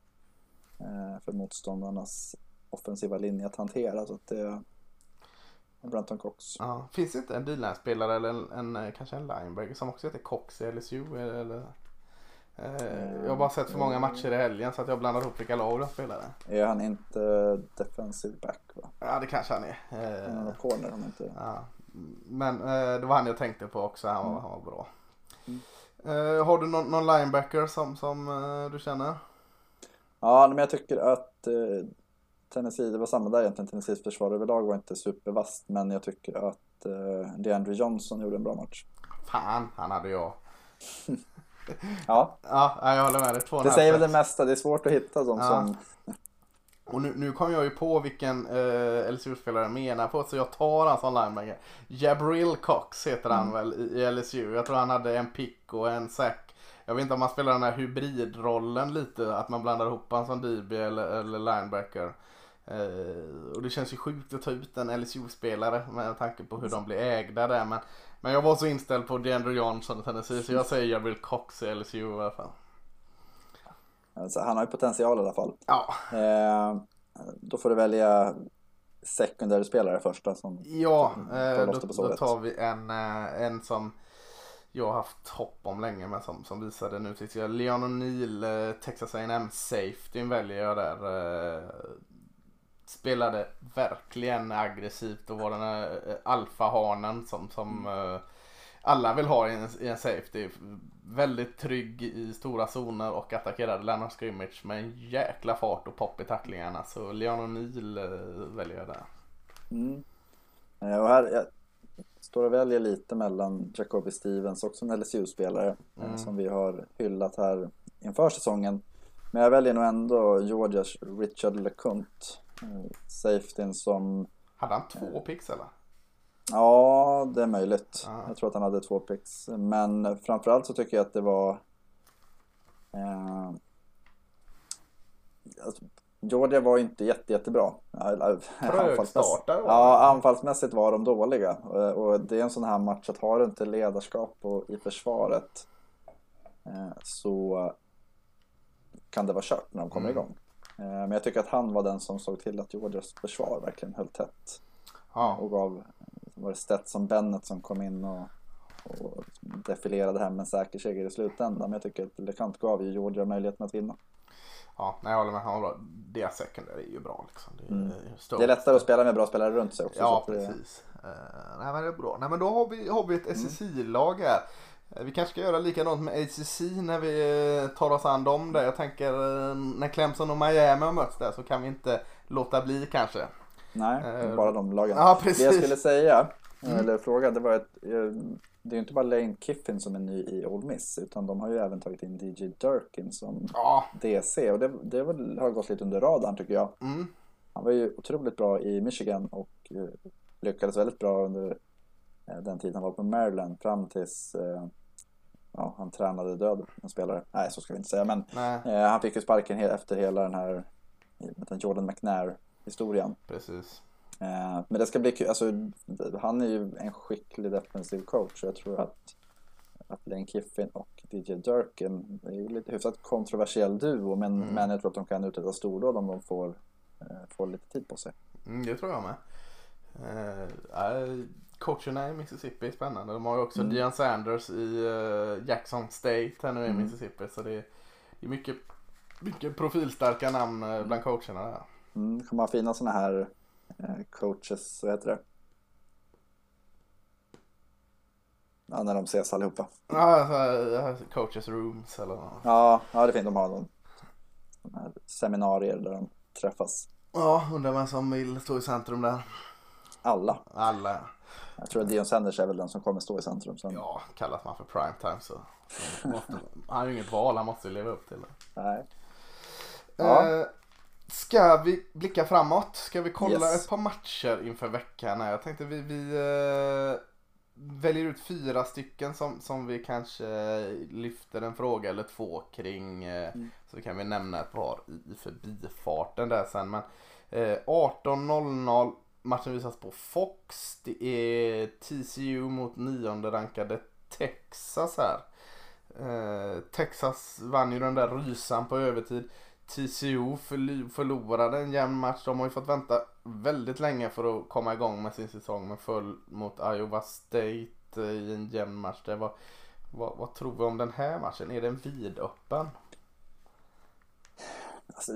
eh, för motståndarnas offensiva linje att hantera. Så att det Brenton Cox. Ja. Finns det inte en D-line-spelare eller en, en, kanske en linebacker som också heter Cox i L S U? Eller, eh, jag har bara sett för många matcher i helgen så att jag blandar ihop vilka lag de spelar. Är han inte defensive back, va? Ja, det kanske han är. Han har Eh, någon corner om inte. ja. Men eh, det var han jag tänkte på också. Han var, Mm. han var bra. Mm. Eh, har du någon, någon linebacker som, som eh, du känner? Ja, men jag tycker att eh, Tennessee, det var samma där egentligen. Tennessees försvar överlag var inte supervast, men jag tycker att eh, DeAndre Johnson gjorde en bra match. Fan, han hade jag. Ja, Ja, jag håller med dig. Två och en det halv säger väl det spets. mesta. Det är svårt att hitta de Ja. som... Och nu, nu kom jag ju på vilken eh, L S U-spelare jag menar på, så jag tar han som linebacker. Jabril Cox heter han mm. väl i, i L S U. Jag tror han hade en pick och en sack. Jag vet inte om man spelar den här hybridrollen lite, att man blandar ihop han som D B eller, eller linebacker. Eh, och det känns ju sjukt att ta ut en L S U-spelare med tanke på hur de blir ägda där. Men, men jag var så inställd på DeAndre Johnson och Tennessee, så jag säger Jabril Cox i L S U i alla fall. Alltså, han har ju potential i alla fall. Ja. Eh, då får du välja secondary spelare första. Som, ja, som eh, då, då tar vi en, eh, en som jag har haft hopp om länge, men som, som visade nu tycker jag. Leon O'Neal, eh, Texas A and M safety väljer jag där. Eh, spelade verkligen aggressivt och var den här eh, alfahanen som, som eh, alla vill ha i en, i en safety. Väldigt trygg i stora zoner och attackerade Leonard Scrimmage med en jäkla fart och pop i tacklingarna. Så Leon O'Neal eh, väljer jag där. Mm. Eh, och här jag står och väljer lite mellan Jacoby Stevens, också en L S U-spelare mm. eh, som vi har hyllat här inför säsongen. Men jag väljer nog ändå Georgias Richard LeCounte, eh, safetyn som... Hade han två eh, picks eller? Ja, det är möjligt. Ah. Jag tror att han hade två picks. Men framförallt så tycker jag att det var... Eh, alltså, Georgia var inte jätte, jättebra. Trögstartare. Ja, anfallsmässigt var de dåliga. Och, och det är en sån här match att har du inte ledarskap och, i försvaret eh, så kan det vara kört när de kommer mm. igång. Eh, men jag tycker att han var den som såg till att Georgias försvar verkligen höll tätt. Ja. Och gav... var det Stetson Bennett som kom in och, och defilerade hem en säker seger i slutändan. Men jag tycker att LeCounte gav ju Georgia möjligheten att vinna. Ja, nej, jag håller med. Han var bra. Det secondary är ju bra liksom. Det är, mm. det är lättare att spela med bra spelare runt sig också. Ja, så precis. Det... Uh, nej, men det är bra. Nej, men då har vi, har vi ett S S I-lag här. Vi kanske ska göra likadant med A C C när vi tar oss an dem där. Jag tänker när Clemson och Miami har mötts där så kan vi inte låta bli kanske. Nej, uh, bara de lagen. Ja, precis. Det jag skulle säga, mm. eller fråga, det var att det är ju inte bara Lane Kiffin som är ny i Ole Miss, utan de har ju även tagit in D J Durkin som ja. D C, och det, det har gått lite under radarn tycker jag. Mm. Han var ju otroligt bra i Michigan och uh, lyckades väldigt bra under uh, den tiden han var på Maryland fram tills uh, ja, han tränade död en spelare. Nej, så ska vi inte säga, men uh, han fick ju sparken he- efter hela den här den Jordan McNair-historien. Precis. Uh, men det ska bli kul. Alltså, han är ju en skicklig defensiv coach, och jag tror att att Lane Kiffin och D J Durkin är ju lite hyfsat kontroversiell duo, men, mm. men jag tror att de kan uträtta stordåd om de får, uh, får lite tid på sig. Mm, det tror jag med. Uh, coacherna i Mississippi är spännande. De har ju också mm. Deion Sanders i uh, Jackson State här nu i mm. Mississippi, så det är, det är mycket, mycket profilstarka namn uh, bland coacherna där. Mm, det kommer ha fina såna här uh, coaches, vad heter det? Ja, när de ses allihopa. Ja, alltså, coaches rooms eller något. Ja, ja, det finns. De har någon, de här seminarier där de träffas. Ja, undrar vem som vill stå i centrum där. Alla. Alla. Jag tror att Deion Sanders är väl den som kommer stå i centrum. Sen. Ja, kallas man för primetime så. så måste, han har ju inget val, han måste leva upp till det. Nej. Ja. Eh, ska vi blicka framåt? Ska vi kolla yes. ett par matcher inför veckan? Jag tänkte vi, vi eh, väljer ut fyra stycken som, som vi kanske lyfter en fråga eller två kring. Eh, mm. Så kan vi nämna ett par i förbifarten där sen. Men eh, arton noll noll matchen visas på Fox. Det är T C U mot nionde rankade Texas här. Eh, Texas vann ju den där rysan på övertid. T C U förl- förlorade en jämn match. De har ju fått vänta väldigt länge för att komma igång med sin säsong, men föll mot Iowa State i en jämn match. Det var, vad, vad tror vi om den här matchen? Är den vidöppen? Alltså,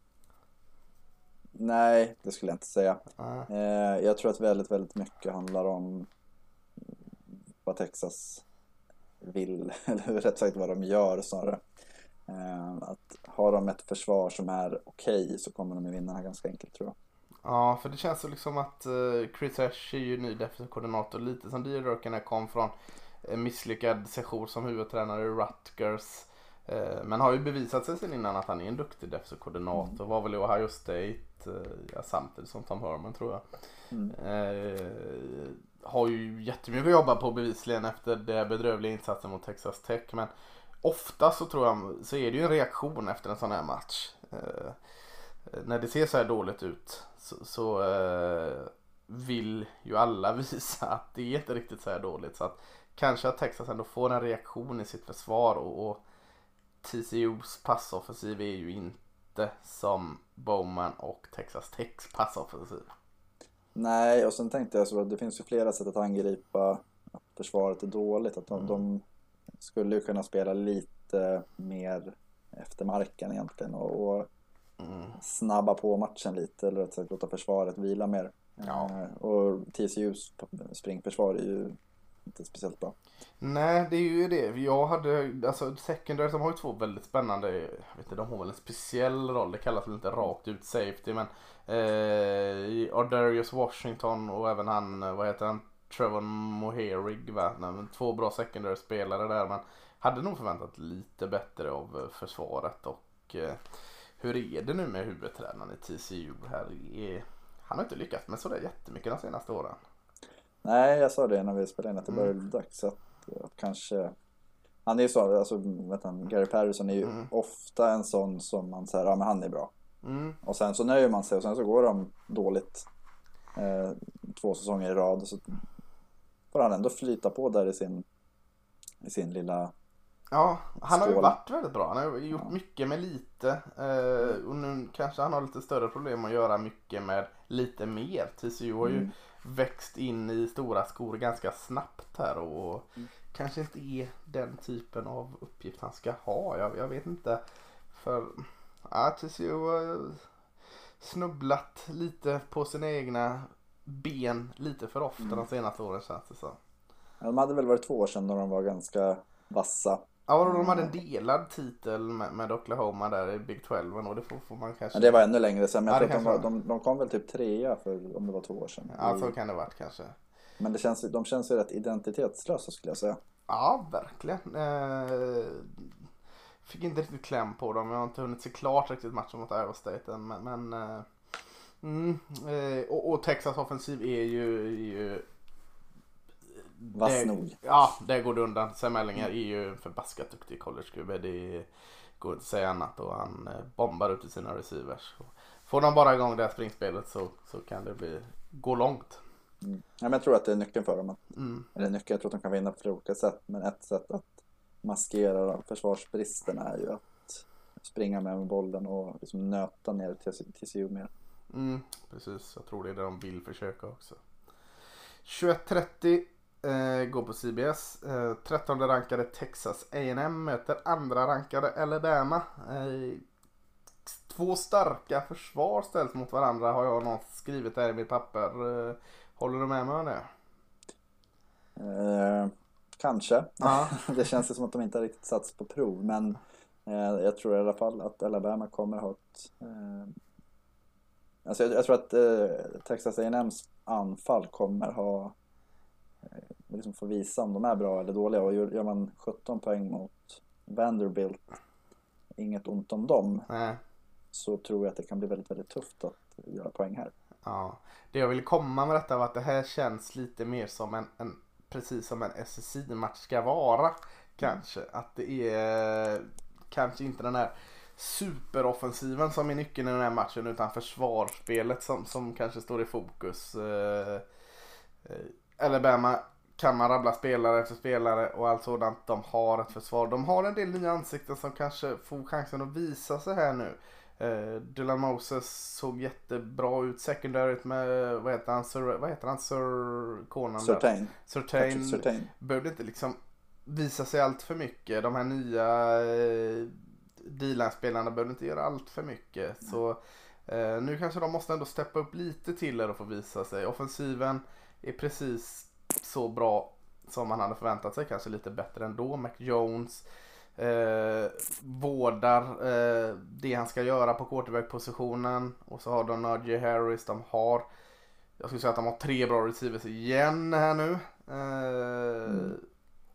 nej, det skulle jag inte säga. Mm. Eh, jag tror att väldigt, väldigt mycket handlar om vad Texas vill, eller rätt sagt vad de gör snarare. Eh, att har de ett försvar som är okej okay, så kommer de att vinna här ganska enkelt, tror jag. Ja, för det känns så liksom att uh, Chris Ash är ju ny defensiv koordinator, lite som D J Durkin kom från en misslyckad session som huvudtränare i Rutgers. Eh, men har ju bevisat sig sen innan att han är en duktig defensiv-koordinator. Mm. Var väl i Ohio State eh, ja, samtidigt som Tom Herman tror jag. Mm. Eh, har ju jättemycket att jobba på bevisligen efter det bedrövliga insatsen mot Texas Tech. Men ofta så tror jag så är det ju en reaktion efter en sån här match. Eh, när det ser så här dåligt ut så, så eh, vill ju alla visa att det är inte riktigt så här dåligt. Så att kanske att Texas ändå får en reaktion i sitt försvar och, och T C U:s passoffensiv är ju inte som Bowman och Texas Techs passoffensiv. Nej, och sen tänkte jag så att det finns ju flera sätt att angripa att försvaret är dåligt. Att de, mm. de skulle ju kunna spela lite mer efter marken egentligen och, och mm. snabba på matchen lite eller att låta försvaret vila mer. Ja. Eh, och T C U:s springförsvar är ju inte speciellt bra. Nej, det är ju det. Jag hade, alltså secondary som har ju två väldigt spännande, jag vet inte, de har väl en speciell roll, det kallas väl inte rakt ut safety, men eh, Ardarius Washington och även han, vad heter han, Trevor Moherig, va? Nej, två bra secondary spelare där, men hade nog förväntat lite bättre av försvaret. Och eh, hur är det nu med huvudtränaren i T C U här? Är, han har inte lyckats med sådär jättemycket de senaste åren. Nej, jag sa det när vi spelade in att det började bli dags att, att kanske... Han är ju så, alltså, vet han, Gary Patterson är ju mm. ofta en sån som man säger, ja men han är bra. Mm. Och sen så nöjer man sig och sen så går de dåligt eh, två säsonger i rad. Så får han ändå flyta på där i sin, i sin lilla... Ja, han skål. har ju varit väldigt bra. Han har gjort ja. mycket med lite. Eh, och nu kanske han har lite större problem att göra mycket med lite mer. T C U har ju mm. växt in i stora skor ganska snabbt här och mm. kanske inte är den typen av uppgift han ska ha. Jag, jag vet inte. För ja, T C U har snubblat lite på sina egna ben lite för ofta mm. de senaste åren, känns det så. Ja, de hade väl varit två år sedan när de var ganska vassa. Ja, de hade en delad titel med, med Oklahoma där i Big tolv och det får, får man kanske... Ja, det var ännu längre sedan, men ja, jag tror att de, var, de, de kom väl typ trea för om det var två år sedan. Ja, så kan det varit kanske. Men det känns, de känns ju rätt identitetslösa skulle jag säga. Ja, verkligen. Eh, fick inte riktigt kläm på dem. Jag har inte hunnit se klart riktigt matchen mot Iowa State än, men... men eh, mm, eh, och, och Texas offensiv är ju... Är ju Vass nog. Ja, det går det undan. Sam Ellinger är ju förbaskat duktig college-Q B. Det går inte att säga annat. Och han bombar ut i sina receivers. Får de bara igång det här springspelet så, så kan det bli, gå långt. Mm. Ja, men jag tror att det är nyckeln för dem. Mm. Eller nyckeln, jag tror att de kan vinna på flera olika sätt. Men ett sätt att maskera försvarsbristerna är ju att springa med bollen och liksom nöta ner till T C U mer. Mm, precis, jag tror det är det de vill försöka också. tjugoett trettio Eh, går på C B S. Eh, trettonde rankade Texas A and M möter andra rankade Alabama. Eh, två starka försvar ställs mot varandra har jag någon skrivit där i mitt papper. Eh, håller du med mig om det? Eh, kanske. Ja. Det känns som att de inte har riktigt satts på prov. Men eh, jag tror i alla fall att Alabama kommer ha ett... Eh, alltså jag, jag tror att eh, Texas A and M's anfall kommer ha... liksom få visa om de är bra eller dåliga, och gör man sjutton poäng mot Vanderbilt, inget ont om dem. Nej. Så tror jag att det kan bli väldigt, väldigt tufft att göra poäng här. Ja, det jag ville komma med detta var att det här känns lite mer som en, en precis som en S S I-match ska vara kanske, mm. att det är kanske inte den här superoffensiven som är nyckeln i den här matchen, utan försvarsspelet som, som kanske står i fokus. eh, eh, Alabama kan man rabbla spelare efter spelare och allt sådant. De har ett försvar. De har en del nya ansikten som kanske får chansen att visa sig här nu. Uh, Dylan Moses såg jättebra ut secondaryt med, vad heter han, Sir, vad heter han, Sir Conan Surtain. Surtain. Surtain. Behövde inte liksom visa sig allt för mycket. De här nya uh, D-line-spelarna behövde inte göra allt för mycket. Mm. Så uh, nu kanske de måste ändå steppa upp lite till och få visa sig. Offensiven är precis så bra som man hade förväntat sig, kanske lite bättre ändå. Mac Jones eh, vårdar eh, det han ska göra på quarterback-positionen, och så har de Najee Harris. De har, jag skulle säga att de har tre bra receivers igen här nu. Eh, mm.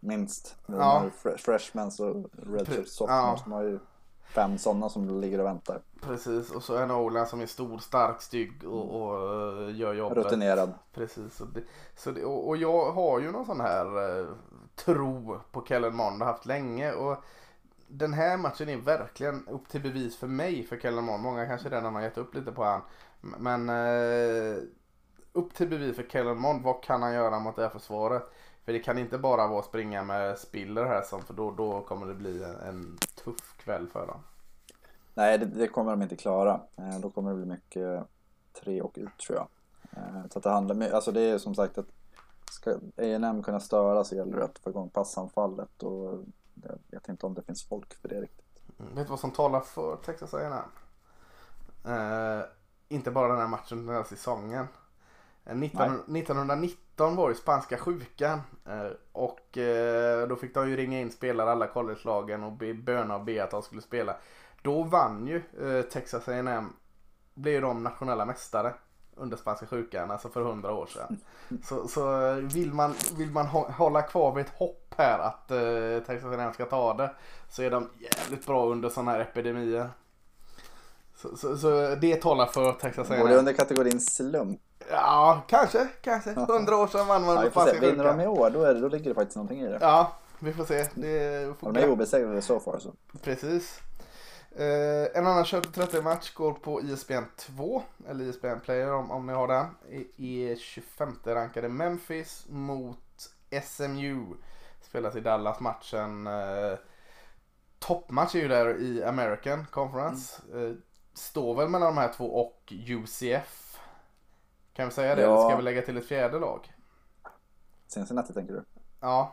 minst. De Ja. har fresh, freshmans och redshirt sophomores. Ja. De har ju fem sådana som ligger och väntar. Precis, och så en Ola som är stor, stark, stygg och, och uh, gör jobbet. Rutinerad. Precis, och, det, så det, och, och jag har ju någon sån här uh, tro på Kellen Mond, har haft länge, och den här matchen är verkligen upp till bevis för mig för Kellen Mond. Många kanske redan har gett upp lite på han, men uh, upp till bevis för Kellen Mond. Vad kan han göra mot det här försvaret? För det kan inte bara vara springa med Spiller här, som, för då, då kommer det bli en, en tuff kväll för dem. Nej, det, det kommer de inte klara. Eh, då kommer det bli mycket tre och ut, tror jag. Eh, så att det handlar med, alltså det är som sagt att ska A and M kunna störa så gäller det att få igång passanfallet, och jag vet inte om det finns folk för det riktigt. Mm, vet du vad som talar för Texas A and M? Eh, inte bara den här matchen, den här säsongen. Eh, nitton, nittonhundranitton var ju spanska sjukan, eh, och eh, då fick de ju ringa in spelare alla college-lagen och be, böna och be att de skulle spela. Då vann ju eh, Texas A and M, blev de nationella mästare under spanska sjukan, alltså för hundra år sedan. Så, så vill man, vill man hå- hålla kvar vid ett hopp här att eh, Texas A and M ska ta det, så är de jävligt bra under sådana här epidemier. Så, så, så det talar för Texas A and M. Går det under kategorin slump? Ja, kanske, kanske. Hundra år sedan vann man Ja, vi med får se. spanska Vinner de sjukan. i år, då, är det, då ligger det faktiskt någonting i det. Ja, vi får se. Det får De är obesegrade så far så. Precis. Eh, en annan tjugo trettio match går på E S P N två, eller E S P N Player om, om ni har den. I, i tjugofemte rankade Memphis mot S M U. Spelas i Dallas matchen. Eh, toppmatch är ju där i American Conference. Eh, står väl mellan de här två och U C F. Kan vi säga det? Ja. Eller ska vi lägga till ett fjärde lag? Cincinnati tänker du? Ja.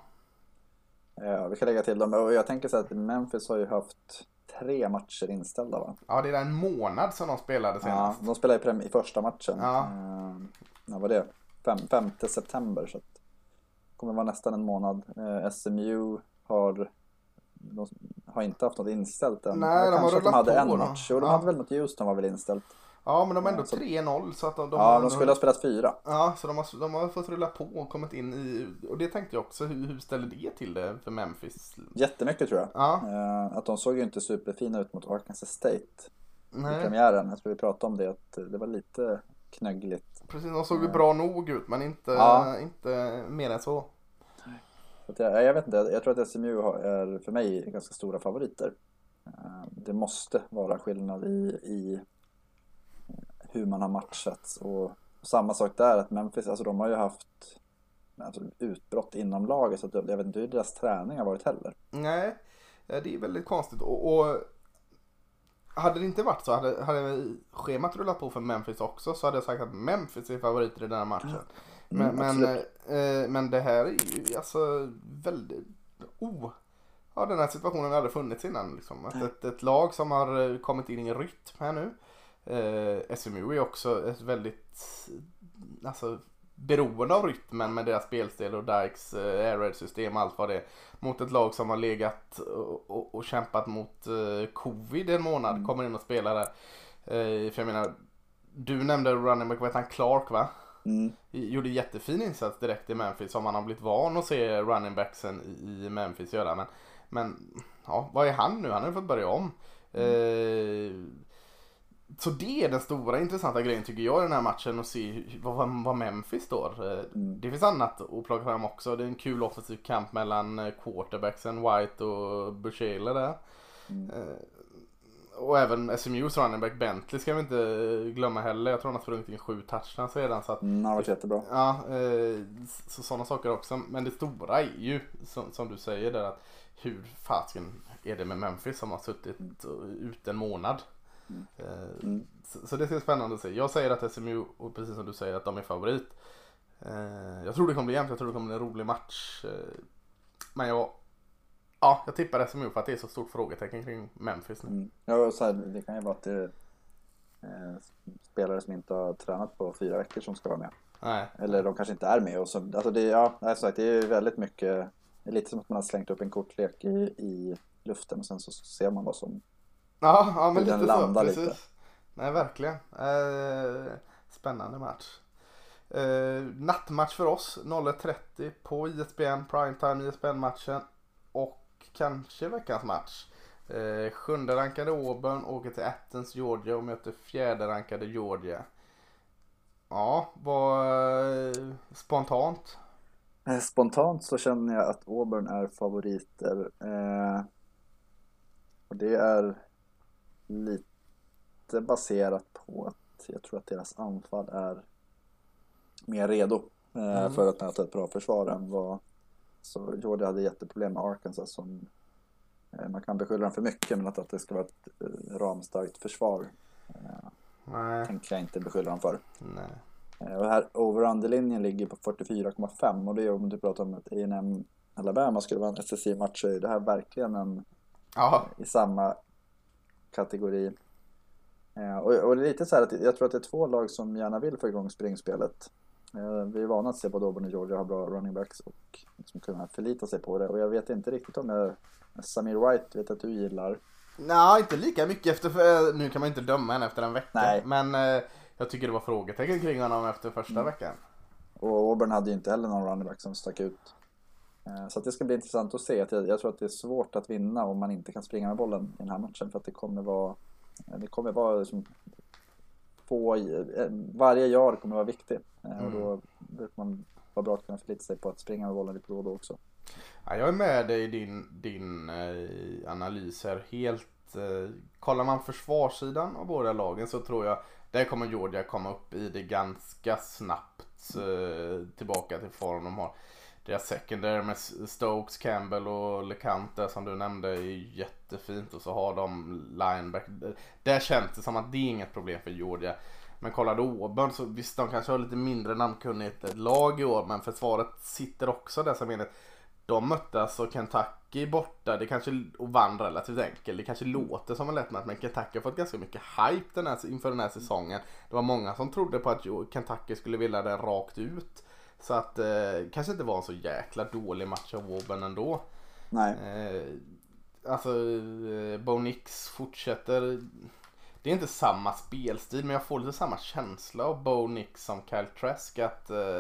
Ja, vi kan lägga till dem. Och jag tänker så att Memphis har ju haft tre matcher inställda, va? Ja, det är en månad som de spelade Ja, senast. de spelade i, prem- i första matchen. Ja. Eh, när var det? Fem, femte september, så att det kommer vara nästan en månad. Eh, S M U har, de har inte haft något inställt än. Nej, de har kanske att de rullat hade på en då. match. Jo, de Ja. hade väl mot Houston var väl inställt. Ja, men de är ändå Ja, så- tre noll, så att de, de Ja, har de ändå- skulle ha spelat fyra. Ja, så de har, de har fått rulla på och kommit in i, och det tänkte jag också, hur, hur ställer det till det för Memphis? Jättemycket, tror jag. Ja, Eh, att de såg ju inte superfina ut mot Arkansas State i nej, premiären. Jag skulle prata om det, att det var lite knöggligt. precis, de såg ju bra nog ut, men inte, Ja. inte mer än så. Så att jag, jag vet inte, jag tror att S M U har- är för mig ganska stora favoriter. Eh, Det måste vara skillnad i, i hur man har matchats. Och, och samma sak där, att Memphis, alltså de har ju haft alltså, utbrott inom laget, så att jag vet inte hur deras träning har varit heller. Nej, det är väldigt konstigt, och, och hade det inte varit så, hade, hade schemat rullat på för Memphis också, så hade jag sagt att Memphis är favoriter i den här matchen. Men, Mm, men, absolut. eh, men det här är ju alltså väldigt... Oh, ja, den här situationen har aldrig funnits innan. Liksom. Att ett, ett lag som har eh, kommit in i en rytm här nu. Eh, S M U är också ett väldigt alltså, beroende av rytmen med deras spelstil och Dykes eh, air raid system och allt vad det är. Mot ett lag som har legat och, och, och kämpat mot eh, covid en månad. Mm. Kommer in och spelar där. Eh, för jag menar, du nämnde running back, vad heter han, Clark, va? Mm. Gjorde jättefin insats direkt i Memphis, som man har blivit van att se running backsen i Memphis göra. Men, men ja, vad är han nu? Han har ju fått börja om. Eh, så det är den stora intressanta grejen tycker jag i den här matchen, att se hur- vad, vad Memphis står. Eh, Mm. Det finns annat att plocka fram också. Det är en kul offensiv kamp mellan eh, quarterbacksen White och Bushela där. Mm. Eh, Och även S M U's running back Bentley ska vi inte glömma heller. Jag tror han har sprungit in sju touchdowns redan. Så att, Mm, det har varit jättebra. ja, eh, så sådana saker också. Men det stora är ju, som, som du säger där, att hur fasken är det med Memphis som har suttit ut en månad. Mm. Eh, Mm. så, så det ska bli spännande att se. Jag säger att S M U, och precis som du säger, att de är favorit. Eh, jag tror det kommer bli jämnt, jag tror det kommer bli en rolig match. Eh, men jag, ja, jag tippar S M U för att det är så stort frågetecken kring Memphis nu. Mm. Ja, och så här, det kan ju vara att det är eh, spelare som inte har tränat på fyra veckor som ska vara med. Nej. Eller de kanske inte är med. Och så, alltså det, ja, det är sagt, det är väldigt mycket. Det är lite som att man har slängt upp en kortlek i, i luften och sen så ser man vad som. Ja, ja men Hur den lite så, landar precis. lite. Nej, verkligen. Eh, spännande match. Eh, nattmatch för oss noll ett trettio på I S B N, primetime I S B N-matchen. Och kanske veckans match. Eh, sjunde rankade Auburn åker till Athens, Georgia och möter fjärde rankade Georgia. Ja, vad eh, spontant? Eh, Spontant så känner jag att Auburn är favoriter. Eh, och det är lite baserat på att jag tror att deras anfall är mer redo eh, Mm. för att möta ett bra försvar än vad så Georgia hade jätteproblem med Arkansas som eh, man kan beskylla dem för mycket, men att, att det ska vara ett eh, ramstarkt försvar eh, Nej. tänker jag inte beskylla dem för. Nej. Eh, och här over-under-linjen ligger på fyrtiofyra komma fem, och det är om du pratar om att A and M Alabama skulle vara en S E C-match, så är det här verkligen en Ja. i samma kategori. Eh, och, och det är lite så här att jag tror att det är två lag som gärna vill få igång springspelet. Eh, vi är vana att se både Auburn och Georgia har bra running backs och liksom kunna förlita sig på det. Och jag vet inte riktigt om jag, Samir White vet att du gillar. Nej, inte lika mycket efter, för, nu kan man inte döma en efter en vecka. Nej. Men eh, jag tycker det var frågetecken kring honom efter första Mm. veckan. Och Auburn hade ju inte heller någon running back som stack ut. Eh, så att det ska bli intressant att se. Att jag, jag tror att det är svårt att vinna om man inte kan springa med bollen i den här matchen. För att det kommer vara, det kommer vara liksom på, varje yard kommer vara viktig. Eh, och då brukar man vara bra att kunna förlita sig på att springa med bollen lite då och då också. Ja, jag är med dig i din, din eh, analys här helt. Eh, kollar man försvarssidan av båda lagen så tror jag där kommer Georgia komma upp i det ganska snabbt eh, tillbaka till form de har. Deras secondary med Stokes, Campbell och LeCante som du nämnde är jättefint, och så har de lineback. Där känns det som att det är inget problem för Georgia. Men kollar du Auburn så visst, de kanske har lite mindre namnkunnigt ett lag i år, men försvaret sitter också där som enligt. De mötte alltså Kentucky borta, det kanske, och vann relativt enkelt. Det kanske låter som en lätt match, men Kentucky har fått ganska mycket hype den här, inför den här säsongen. Det var många som trodde på att Kentucky skulle vilja den rakt ut. Så att eh, kanske inte var en så jäkla dålig match av Auburn ändå. Nej. Eh, alltså eh, Bo Nix fortsätter. Det är inte samma spelstil, men jag får lite samma känsla av Bo Nix som Kyle Trask, att eh,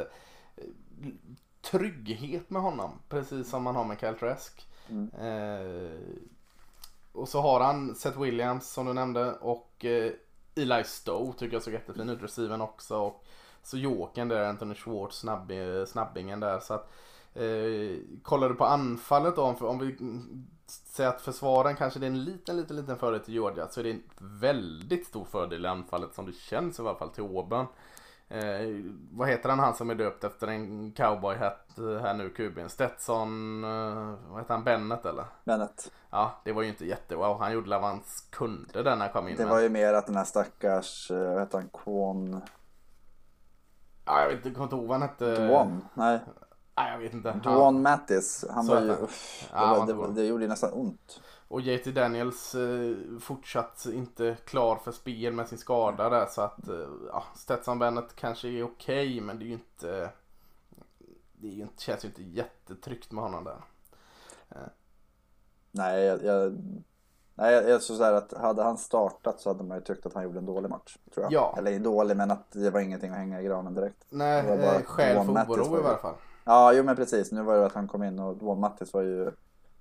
trygghet med honom, precis som man har med Kyle Trask. Mm. Eh, och så har han Seth Williams som du nämnde, och eh, Eli Stowe tycker jag så jättefin ut, receiven också, och så Jokern där, Anthony Schwartz, snabb, snabbingen där. Så att eh, kollar du på anfallet då, om, om vi säger att försvaren kanske det är en liten, liten, liten fördel till Georgia, så är det en väldigt stor fördel i anfallet som det känns i alla fall till Auburn. Eh, vad heter han, han som är döpt efter en cowboy hat här nu, kuben? Stetson, eh, vad heter han, Bennett eller? Bennett. Ja, det var ju inte jättewow. Han gjorde vad han kunde där när han kom in. Det var ju mer att den här stackars, vad heter han, Kwon... Ja, jag vet inte, kommer inte ihåg vad han hette. Dwan, nej. Nej, jag vet inte. Dwan ja. Mattis, han Så var ju, han. uff, det, Ja, var, det, var... det gjorde ju nästan ont. Och J T Daniels eh, fortsatt inte klar för spel med sin skada där, så att eh, ja, Stetson Bennett kanske är okej, okay, men det är ju inte, det är ju inte, känns ju inte jättetryggt med honom där. Eh. Nej, jag, jag, nej, jag är så här att hade han startat så hade man ju tyckt att han gjorde en dålig match, tror jag. Ja. Eller dålig, men att det var ingenting att hänga i granen direkt. Nej, det var bara skäl för oro i alla fall. Ja, jo men precis. Nu var det att han kom in och Dwan Mattis var ju,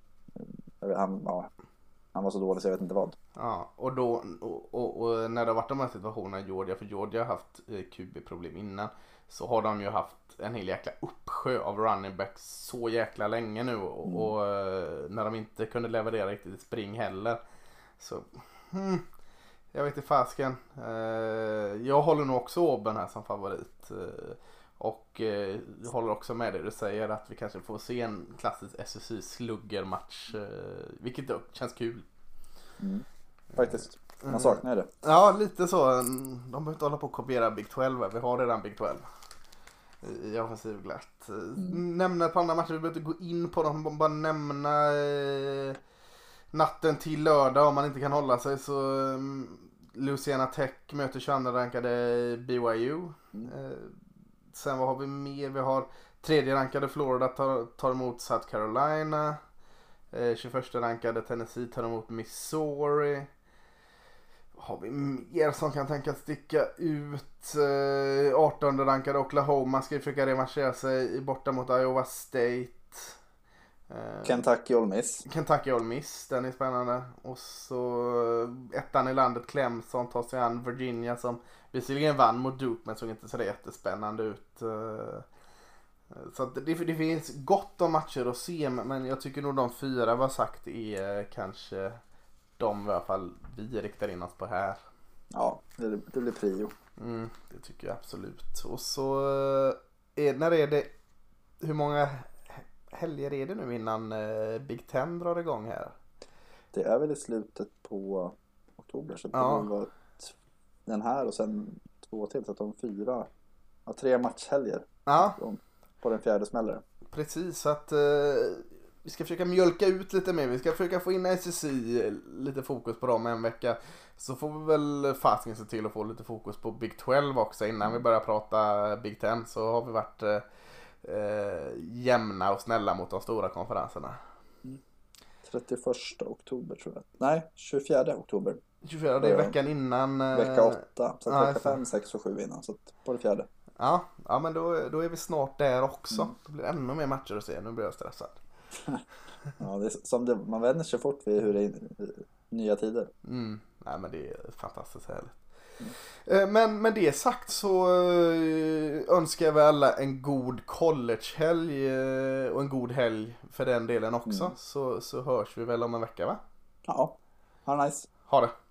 han, ja, han var så dålig så jag vet inte vad. Ja, och då och, och, och när det har varit de här situationerna i Georgia, för Georgia har haft eh, Q B-problem innan, så har de ju haft en hel jäkla uppsjö av running backs så jäkla länge nu, och, mm. och eh, när de inte kunde leverera riktigt i spring heller, så hmm, jag vet inte fasken. Eh, jag håller nog också Auburn här som favorit. Eh, och eh, jag håller också med dig. Du säger att vi kanske får se en klassisk S S C-sluggermatch. Eh, vilket då känns kul. Mm. Faktiskt. Man saknar det. Ja, lite så. De behöver inte hålla på att kopiera Big tolv. Vi har redan Big tolv. I offensiv glatt. Mm. Nämna ett par andra matcher. Vi behöver inte gå in på dem. Bara nämna eh, natten till lördag om man inte kan hålla sig. Så um, Louisiana Tech möter tjugoandra-rankade B Y U. Mm. Eh, sen vad har vi mer? Vi har tredje-rankade Florida tar, tar emot South Carolina. Eh, tjugoförsta-rankade Tennessee tar emot Missouri. Har vi mer som kan tänka sticka ut? Eh, artonde rankade Oklahoma ska ju försöka revanschera sig borta mot Iowa State. Eh, Kentucky Ole Miss. Kentucky Ole Miss, den är spännande. Och så eh, ettan i landet Clemson tar sig an Virginia som visserligen vann mot Duke men såg inte så jättespännande ut. Eh, så att det, det finns gott om matcher att se, men jag tycker nog de fyra var sagt är eh, kanske de i alla fall vi riktar in oss på här. Ja, det, det blir prio. Mm, det tycker jag absolut. Och så är, när är det, hur många helger är det nu innan eh, Big Ten drar igång här? Det är väl i slutet på oktober, så det Ja. kommer vara t- den här och sen två till, så att de fyra, ja, tre matchhelger Ja, på den fjärde smäller. precis. Så att eh, vi ska försöka mjölka ut lite mer. Vi ska försöka få in S E C lite fokus på dem en vecka. Så får vi väl fastingen se till att få lite fokus på Big tolv också innan vi börjar prata Big Ten. Så har vi varit eh, eh, jämna och snälla mot de stora konferenserna. trettioförsta oktober tror jag. Nej, tjugofjärde oktober. tjugofyra, det är veckan innan. Eh, Vecka åtta. Så att ja, vecka just det. fem, sex och sju innan. Så att på det fjärde. Ja, ja men då, då är vi snart där också. Då blir det ännu mer matcher att se. Nu blir jag stressad. Ja, det är som det, man vänjer sig fort vid hur det är i nya tider. Mm. Nej men det är fantastiskt härligt. Mm. Men med det sagt så eh, önskar jag väl alla en god collegehelg eh, och en god helg för den delen också. Mm. Så, så hörs vi väl om en vecka, va? Ja, ha det nice. Ha det!